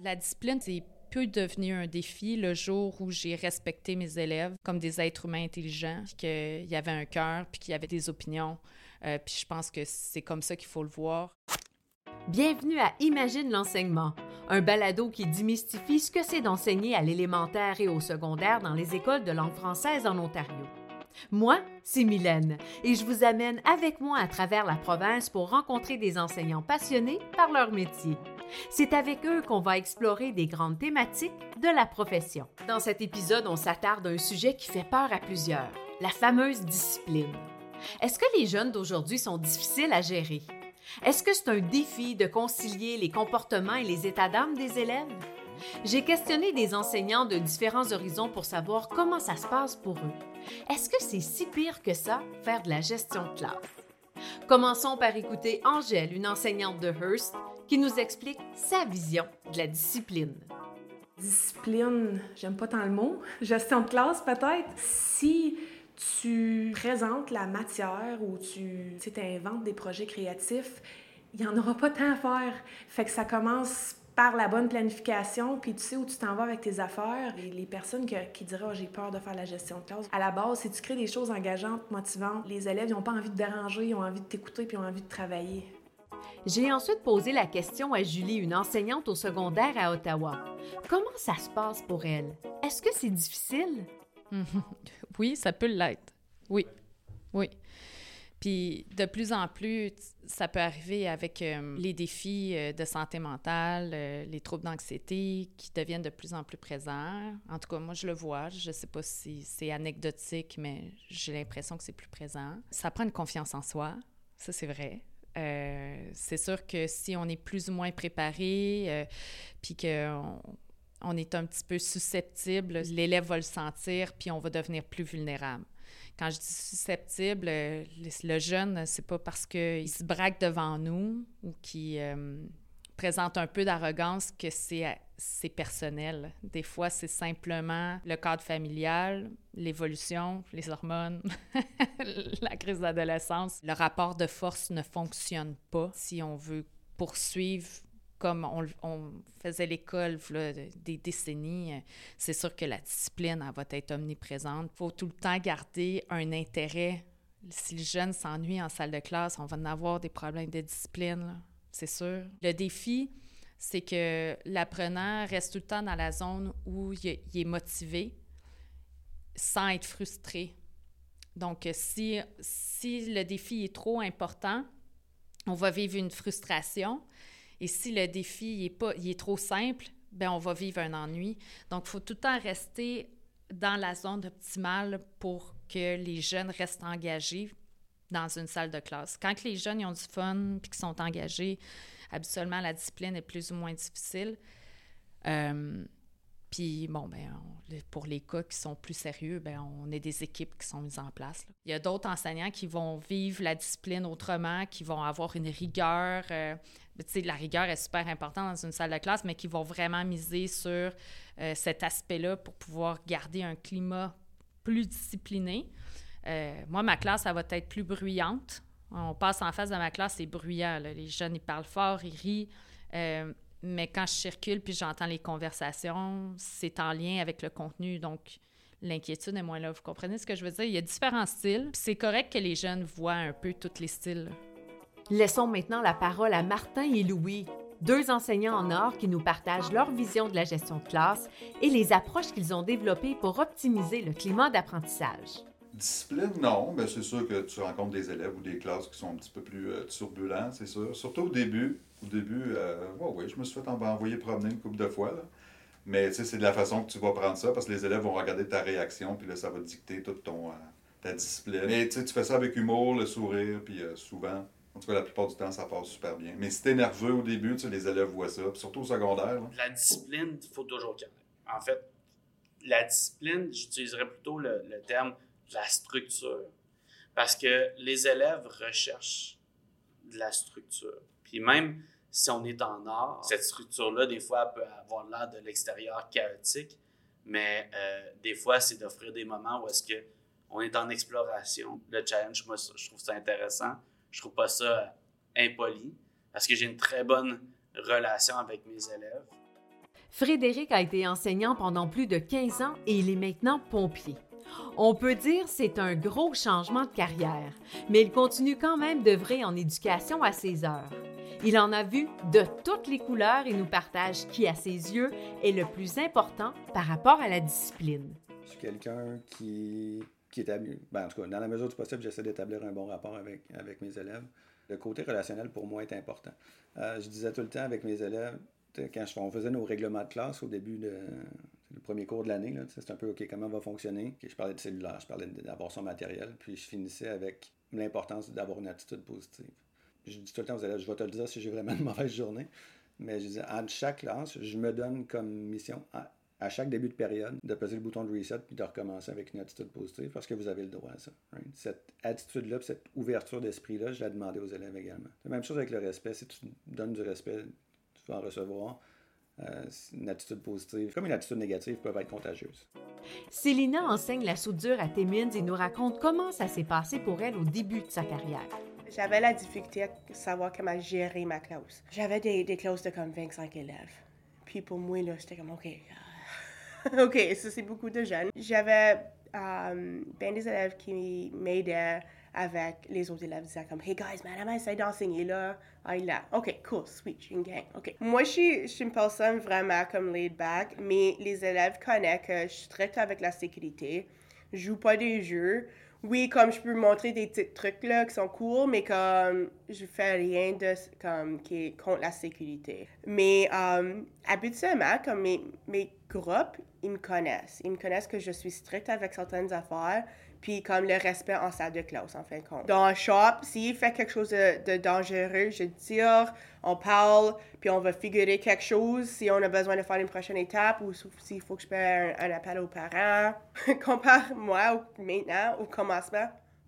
La discipline, c'est peut devenu un défi le jour où j'ai respecté mes élèves comme des êtres humains intelligents, puis qu'il y avait un cœur, puis qu'il y avait des opinions. Puis je pense que c'est comme ça qu'il faut le voir. Bienvenue à Imagine l'enseignement, un balado qui démystifie ce que c'est d'enseigner à l'élémentaire et au secondaire dans les écoles de langue française en Ontario. Moi, c'est Mylène et je vous amène avec moi à travers la province pour rencontrer des enseignants passionnés par leur métier. C'est avec eux qu'on va explorer des grandes thématiques de la profession. Dans cet épisode, on s'attarde à un sujet qui fait peur à plusieurs, la fameuse discipline. Est-ce que les jeunes d'aujourd'hui sont difficiles à gérer? Est-ce que c'est un défi de concilier les comportements et les états d'âme des élèves? J'ai questionné des enseignants de différents horizons pour savoir comment ça se passe pour eux. Est-ce que c'est si pire que ça, faire de la gestion de classe? Commençons par écouter Angèle, une enseignante de Hearst, qui nous explique sa vision de la discipline. Discipline, j'aime pas tant le mot. Gestion de classe, peut-être. Si tu présentes la matière ou tu inventes des projets créatifs, il n'y en aura pas tant à faire. Fait que ça commence par la bonne planification, puis tu sais où tu t'en vas avec tes affaires. Et les personnes qui diraient « j'ai peur de faire la gestion de classe », à la base, si tu crées des choses engageantes, motivantes, les élèves n'ont pas envie de déranger, ils ont envie de t'écouter puis ils ont envie de travailler. J'ai ensuite posé la question à Julie, une enseignante au secondaire à Ottawa. Comment ça se passe pour elle? Est-ce que c'est difficile? Oui, ça peut l'être. Oui. Puis de plus en plus, ça peut arriver avec les défis de santé mentale, les troubles d'anxiété qui deviennent de plus en plus présents. En tout cas, moi, je le vois. Je ne sais pas si c'est anecdotique, mais j'ai l'impression que c'est plus présent. Ça prend une confiance en soi, ça c'est vrai. C'est sûr que si on est plus ou moins préparé, puis qu'on est un petit peu susceptible, l'élève va le sentir, puis on va devenir plus vulnérable. Quand je dis susceptible, le jeune, c'est pas parce qu'il se braque devant nous ou qu'il présente un peu d'arrogance que c'est personnel. Des fois, c'est simplement le cadre familial, l'évolution, les hormones, la crise d'adolescence. Le rapport de force ne fonctionne pas si on veut poursuivre comme on faisait l'école là, des décennies. C'est sûr que la discipline, elle va être omniprésente. Il faut tout le temps garder un intérêt. Si le jeune s'ennuie en salle de classe, on va en avoir des problèmes de discipline, là, c'est sûr. Le défi, c'est que l'apprenant reste tout le temps dans la zone où il est motivé sans être frustré. Donc, si le défi est trop important, on va vivre une frustration. Et si le défi il est trop simple, bien, on va vivre un ennui. Donc, il faut tout le temps rester dans la zone optimale pour que les jeunes restent engagés dans une salle de classe. Quand les jeunes ils ont du fun et qu'ils sont engagés, habituellement, la discipline est plus ou moins difficile. Puis, bon, bien, pour les cas qui sont plus sérieux, bien, on a des équipes qui sont mises en place, là. Il y a d'autres enseignants qui vont vivre la discipline autrement, qui vont avoir une rigueur. Tu sais, la rigueur est super importante dans une salle de classe, mais qui vont vraiment miser sur cet aspect-là pour pouvoir garder un climat plus discipliné. Moi, ma classe, elle va être plus bruyante. On passe en face de ma classe, c'est bruyant, là. Les jeunes, ils parlent fort, ils rient. Mais quand je circule puis j'entends les conversations, c'est en lien avec le contenu. Donc, l'inquiétude est moins là. Vous comprenez ce que je veux dire? Il y a différents styles. Puis c'est correct que les jeunes voient un peu tous les styles. Laissons maintenant la parole à Martin et Louis, deux enseignants en or qui nous partagent leur vision de la gestion de classe et les approches qu'ils ont développées pour optimiser le climat d'apprentissage. Discipline, non. Bien, c'est sûr que tu rencontres des élèves ou des classes qui sont un petit peu plus turbulents, c'est sûr. Surtout au début. Oui, je me suis fait envoyer promener une couple de fois, là. Mais tu sais, c'est de la façon que tu vas prendre ça, parce que les élèves vont regarder ta réaction, puis là, ça va dicter toute ta discipline. Mais tu sais, tu fais ça avec humour, le sourire, puis souvent, en tout cas, la plupart du temps, ça passe super bien. Mais si t'es nerveux au début, tu sais, les élèves voient ça, puis surtout au secondaire, là. La discipline, il faut toujours qu'il y en ait. En fait, la discipline, j'utiliserais plutôt le terme de la structure. Parce que les élèves recherchent de la structure. Puis même si on est en art, cette structure-là, des fois, peut avoir l'air de l'extérieur chaotique, mais des fois, c'est d'offrir des moments où est-ce qu'on est en exploration. Le challenge, moi, je trouve ça intéressant. Je trouve pas ça impoli, parce que j'ai une très bonne relation avec mes élèves. Frédéric a été enseignant pendant plus de 15 ans et il est maintenant pompier. On peut dire que c'est un gros changement de carrière, mais il continue quand même d'œuvrer en éducation à ses heures. Il en a vu de toutes les couleurs et nous partage qui, à ses yeux, est le plus important par rapport à la discipline. Je suis quelqu'un qui établit, en tout cas, dans la mesure du possible, j'essaie d'établir un bon rapport avec mes élèves. Le côté relationnel, pour moi, est important. Je disais tout le temps avec mes élèves, quand on faisait nos règlements de classe au début le premier cours de l'année, là, c'est un peu OK, comment va fonctionner. Je parlais de cellulaire, je parlais d'avoir son matériel, puis je finissais avec l'importance d'avoir une attitude positive. Je dis tout le temps aux élèves, je vais te le dire si j'ai vraiment une mauvaise journée, mais je dis, entre chaque classe, je me donne comme mission, à chaque début de période, de peser le bouton de reset puis de recommencer avec une attitude positive parce que vous avez le droit à ça. Right? Cette attitude-là, cette ouverture d'esprit-là, je l'ai demandé aux élèves également. C'est la même chose avec le respect. Si tu donnes du respect, tu vas en recevoir. Une attitude positive, comme une attitude négative, peuvent être contagieuses. Célina enseigne la soudure à Timmins et nous raconte comment ça s'est passé pour elle au début de sa carrière. J'avais la difficulté à savoir comment gérer ma classe. J'avais des classes de comme 25 élèves. Puis pour moi, là, c'était comme, OK, OK, ça c'est beaucoup de jeunes. J'avais bien des élèves qui m'aidaient avec les autres élèves, disaient comme, Hey guys, madame, essaye d'enseigner là. Ah, là. OK, cool, sweet, j'ai une gang. OK. Moi, je suis une personne vraiment comme laid back, mais les élèves connaissent que je suis stricte avec la sécurité. Je joue pas des jeux. Oui, comme je peux montrer des petits trucs là qui sont cool, mais comme je fais rien de comme qui est contre la sécurité. Mais habituellement, comme mes groupes, ils me connaissent. Ils me connaissent que je suis stricte avec certaines affaires, puis comme le respect en salle de classe, en fin de compte. Dans le shop, s'il fait quelque chose de dangereux, je tire, on parle, puis on va figurer quelque chose si on a besoin de faire une prochaine étape ou s'il faut que je fasse un appel aux parents. Compare-moi maintenant au commencement.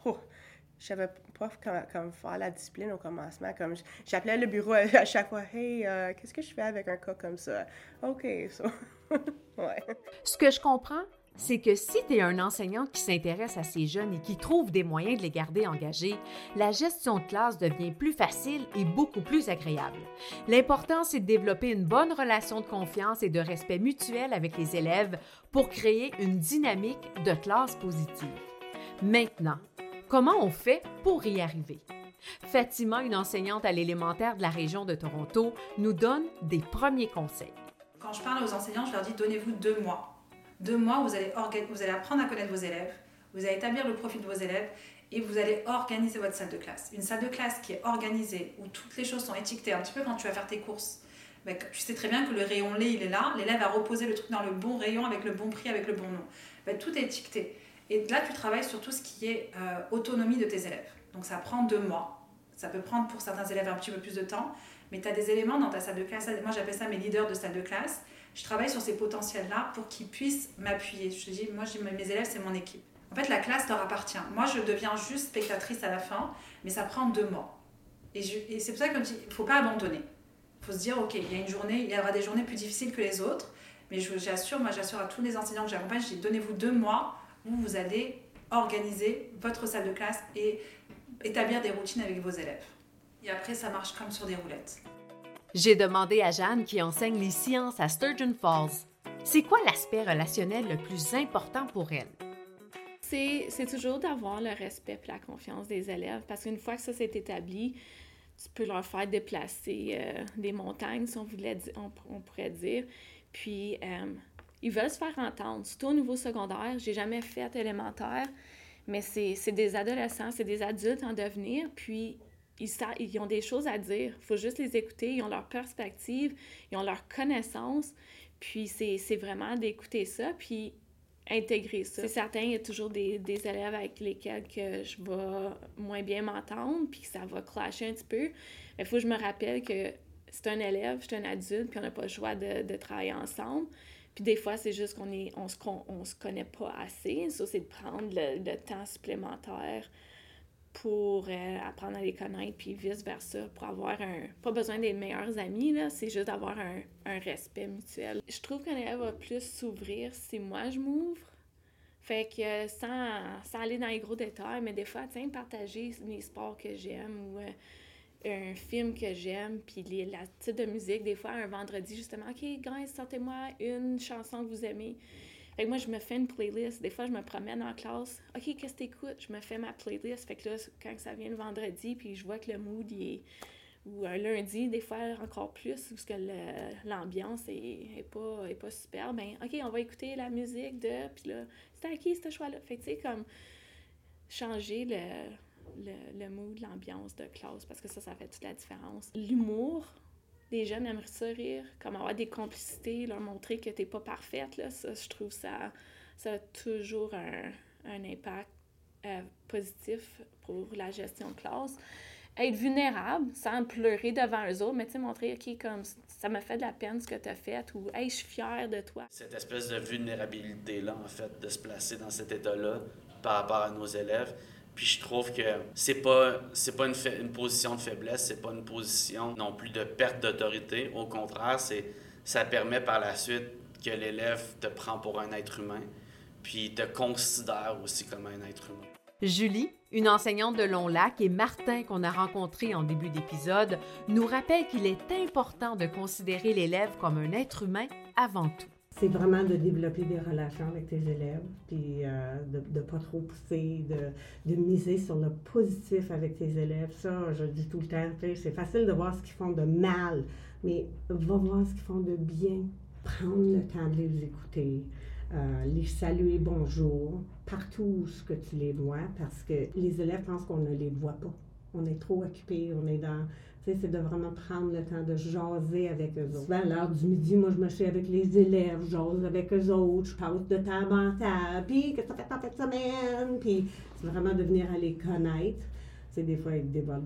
Je savais pas comment faire la discipline au commencement. Comme j'appelais le bureau à chaque fois. Hey, qu'est-ce que je fais avec un cas comme ça? OK, ça. Ouais. Ce que je comprends, c'est que si tu es un enseignant qui s'intéresse à ces jeunes et qui trouve des moyens de les garder engagés, la gestion de classe devient plus facile et beaucoup plus agréable. L'important, c'est de développer une bonne relation de confiance et de respect mutuel avec les élèves pour créer une dynamique de classe positive. Maintenant, comment on fait pour y arriver? Fatima, une enseignante à l'élémentaire de la région de Toronto, nous donne des premiers conseils. Quand je parle aux enseignants, je leur dis donnez-vous 2 mois. 2 mois, vous allez apprendre à connaître vos élèves, vous allez établir le profil de vos élèves et vous allez organiser votre salle de classe. Une salle de classe qui est organisée, où toutes les choses sont étiquetées, un petit peu quand tu vas faire tes courses. Ben, tu sais très bien que le rayon lait, il est là, l'élève a reposé le truc dans le bon rayon, avec le bon prix, avec le bon nom. Ben, tout est étiqueté. Et là, tu travailles sur tout ce qui est autonomie de tes élèves. Donc ça prend 2 mois. Ça peut prendre pour certains élèves un petit peu plus de temps, mais tu as des éléments dans ta salle de classe. Moi, j'appelle ça mes leaders de salle de classe. Je travaille sur ces potentiels-là pour qu'ils puissent m'appuyer. Je dis, mes élèves, c'est mon équipe. En fait, la classe leur appartient. Moi, je deviens juste spectatrice à la fin, mais ça prend 2 mois. Et c'est pour ça que je dis, il ne faut pas abandonner. Il faut se dire, OK, il y aura des journées plus difficiles que les autres, mais j'assure à tous les enseignants que j'accompagne, je dis, donnez-vous 2 mois où vous allez organiser votre salle de classe et établir des routines avec vos élèves. Et après, ça marche comme sur des roulettes. J'ai demandé à Jeanne, qui enseigne les sciences à Sturgeon Falls, c'est quoi l'aspect relationnel le plus important pour elle? C'est toujours d'avoir le respect et la confiance des élèves, parce qu'une fois que ça s'est établi, tu peux leur faire déplacer des montagnes, si on pourrait dire. Puis, ils veulent se faire entendre. Surtout au niveau secondaire, j'ai jamais fait élémentaire, mais c'est des adolescents, c'est des adultes en devenir, puis ils ont des choses à dire. Il faut juste les écouter. Ils ont leur perspective, ils ont leur connaissance. Puis c'est vraiment d'écouter ça, puis intégrer ça. C'est certain, il y a toujours des élèves avec lesquels que je vais moins bien m'entendre, puis que ça va clasher un petit peu. Mais il faut que je me rappelle que c'est un élève, je suis un adulte, puis on n'a pas le choix de travailler ensemble. Puis des fois, c'est juste on se connaît pas assez. Ça, c'est de prendre le temps supplémentaire pour apprendre à les connaître, puis vice-versa, pour avoir pas besoin d'être meilleurs amis, là, c'est juste d'avoir un respect mutuel. Je trouve qu'un élève va plus s'ouvrir si moi je m'ouvre. Fait que sans aller dans les gros détails, mais des fois, partager les sports que j'aime ou un film que j'aime, puis la type de musique, des fois, un vendredi, justement, « OK, guys, sortez-moi une chanson que vous aimez. » Fait que moi, je me fais une playlist. Des fois, je me promène en classe. « OK, qu'est-ce que t'écoutes? » Je me fais ma playlist. Fait que là, quand ça vient le vendredi, puis je vois que le mood, il est... Ou un lundi, des fois, encore plus, parce que l'ambiance est pas super. Ben OK, on va écouter la musique de... Puis là, c'était à qui, ce choix-là? Fait que, tu sais, comme changer le mood, l'ambiance de classe, parce que ça fait toute la différence. L'humour, les jeunes aimeraient ça rire, comme avoir des complicités, leur montrer que t'es pas parfaite, là, ça, je trouve ça a toujours un impact positif pour la gestion de classe. Être vulnérable, sans pleurer devant eux autres, mais tu sais, montrer, OK, comme ça me fait de la peine ce que tu as fait, ou « Hey, je suis fière de toi ». Cette espèce de vulnérabilité-là, en fait, de se placer dans cet état-là par rapport à nos élèves. Puis je trouve que c'est pas une position de faiblesse, c'est pas une position non plus de perte d'autorité. Au contraire, ça permet par la suite que l'élève te prend pour un être humain, puis te considère aussi comme un être humain. Julie, une enseignante de Long-Lac, et Martin, qu'on a rencontré en début d'épisode, nous rappellent qu'il est important de considérer l'élève comme un être humain avant tout. C'est vraiment de développer des relations avec tes élèves, puis de ne pas trop pousser, de miser sur le positif avec tes élèves. Ça, je dis tout le temps, c'est facile de voir ce qu'ils font de mal, mais va voir ce qu'ils font de bien. Prendre le temps de les écouter. Les saluer bonjour partout où que tu les vois, parce que les élèves pensent qu'on ne les voit pas. On est trop occupés, on est dans... Tu sais, c'est de vraiment prendre le temps de jaser avec eux autres. À l'heure du midi, moi, je me suis avec les élèves, j'ose avec eux autres, je passe de table en table, puis qu'est-ce que tu as fait en cette semaine? Puis c'est vraiment de venir à les connaître. Tu sais, des fois, ils dévoilent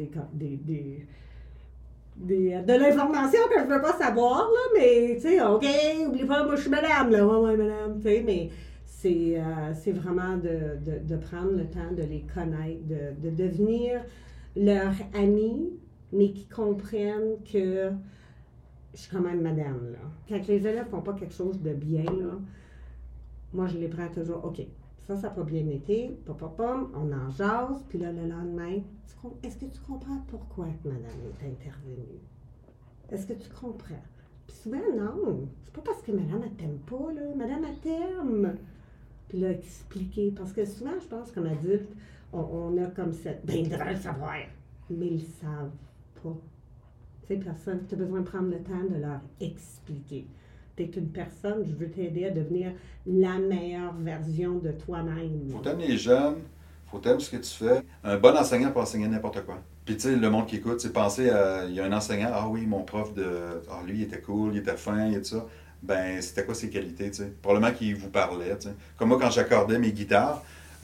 de l'information que je ne veux pas savoir, là, mais, tu sais, OK, oublie pas, moi, je suis madame, là, ouais, madame, tu sais, mais c'est vraiment de prendre le temps de les connaître, de devenir leur ami, mais qui comprennent que je suis quand même madame, là. Quand les élèves font pas quelque chose de bien, là, moi, je les prends toujours, OK, ça n'a pas bien été, on en jase, puis là, le lendemain, est-ce que tu comprends pourquoi que madame est intervenue? Est-ce que tu comprends? Puis souvent, non, c'est pas parce que madame, elle t'aime pas, là, madame, elle t'aime. Puis là, expliquer, parce que souvent, je pense, comme adulte, on a comme cette, ben, ils devraient le savoir, mais ils le savent pas. Tu sais, personne, tu as besoin de prendre le temps de leur expliquer. Tu es une personne, je veux t'aider à devenir la meilleure version de toi-même. Faut t'aimer les jeunes, faut t'aimer ce que tu fais. Un bon enseignant peut enseigner n'importe quoi. Puis tu sais, le monde qui écoute, c'est penser à, il y a un enseignant, ah oui, mon prof lui, il était cool, il était fin, et tout ça. Ben, c'était quoi ses qualités, tu sais? Probablement qu'il vous parlait, tu sais. Comme moi, quand j'accordais mes guitares,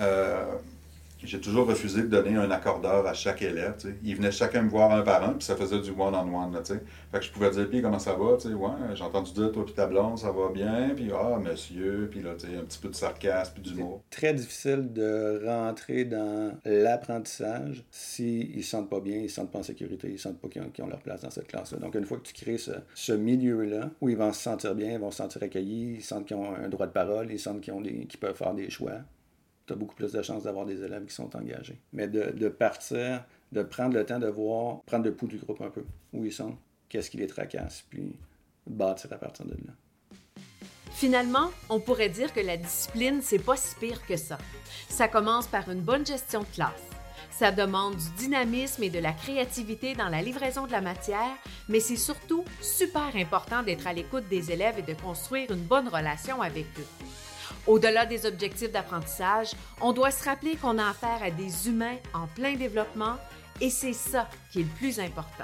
j'ai toujours refusé de donner un accordeur à chaque élève, tu sais. Ils venaient chacun me voir un par un, puis ça faisait du one-on-one, là, tu sais. Fait que je pouvais dire, puis comment ça va, tu sais, ouais, j'ai entendu dire, toi puis ta blonde, ça va bien, puis ah, monsieur, puis là, tu sais, un petit peu de sarcasme, puis d'humour. C'est très difficile de rentrer dans l'apprentissage s'ils ne se sentent pas bien, ils ne se sentent pas en sécurité, ils ne sentent pas qu'ils ont leur place dans cette classe-là. Donc, une fois que tu crées ce milieu-là, où ils vont se sentir bien, ils vont se sentir accueillis, ils sentent qu'ils ont un droit de parole, ils sentent qu'ils peuvent faire des choix, tu as beaucoup plus de chances d'avoir des élèves qui sont engagés. Mais de partir, de prendre le temps de voir, prendre le pouls du groupe un peu, où ils sont, qu'est-ce qui les tracasse, puis bâtir à partir de là. Finalement, on pourrait dire que la discipline, c'est pas si pire que ça. Ça commence par une bonne gestion de classe. Ça demande du dynamisme et de la créativité dans la livraison de la matière, mais c'est surtout super important d'être à l'écoute des élèves et de construire une bonne relation avec eux. Au-delà des objectifs d'apprentissage, on doit se rappeler qu'on a affaire à des humains en plein développement et c'est ça qui est le plus important.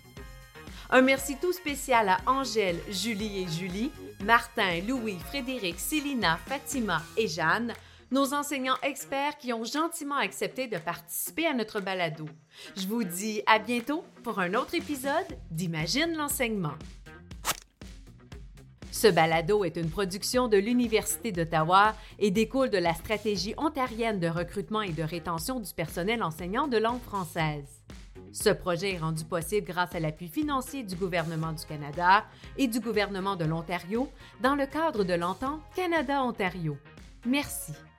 Un merci tout spécial à Angèle, Julie et Julie, Martin, Louis, Frédéric, Célina, Fatima et Jeanne, nos enseignants experts qui ont gentiment accepté de participer à notre balado. Je vous dis à bientôt pour un autre épisode d'Imagine l'enseignement. Ce balado est une production de l'Université d'Ottawa et découle de la stratégie ontarienne de recrutement et de rétention du personnel enseignant de langue française. Ce projet est rendu possible grâce à l'appui financier du gouvernement du Canada et du gouvernement de l'Ontario dans le cadre de l'entente Canada-Ontario. Merci.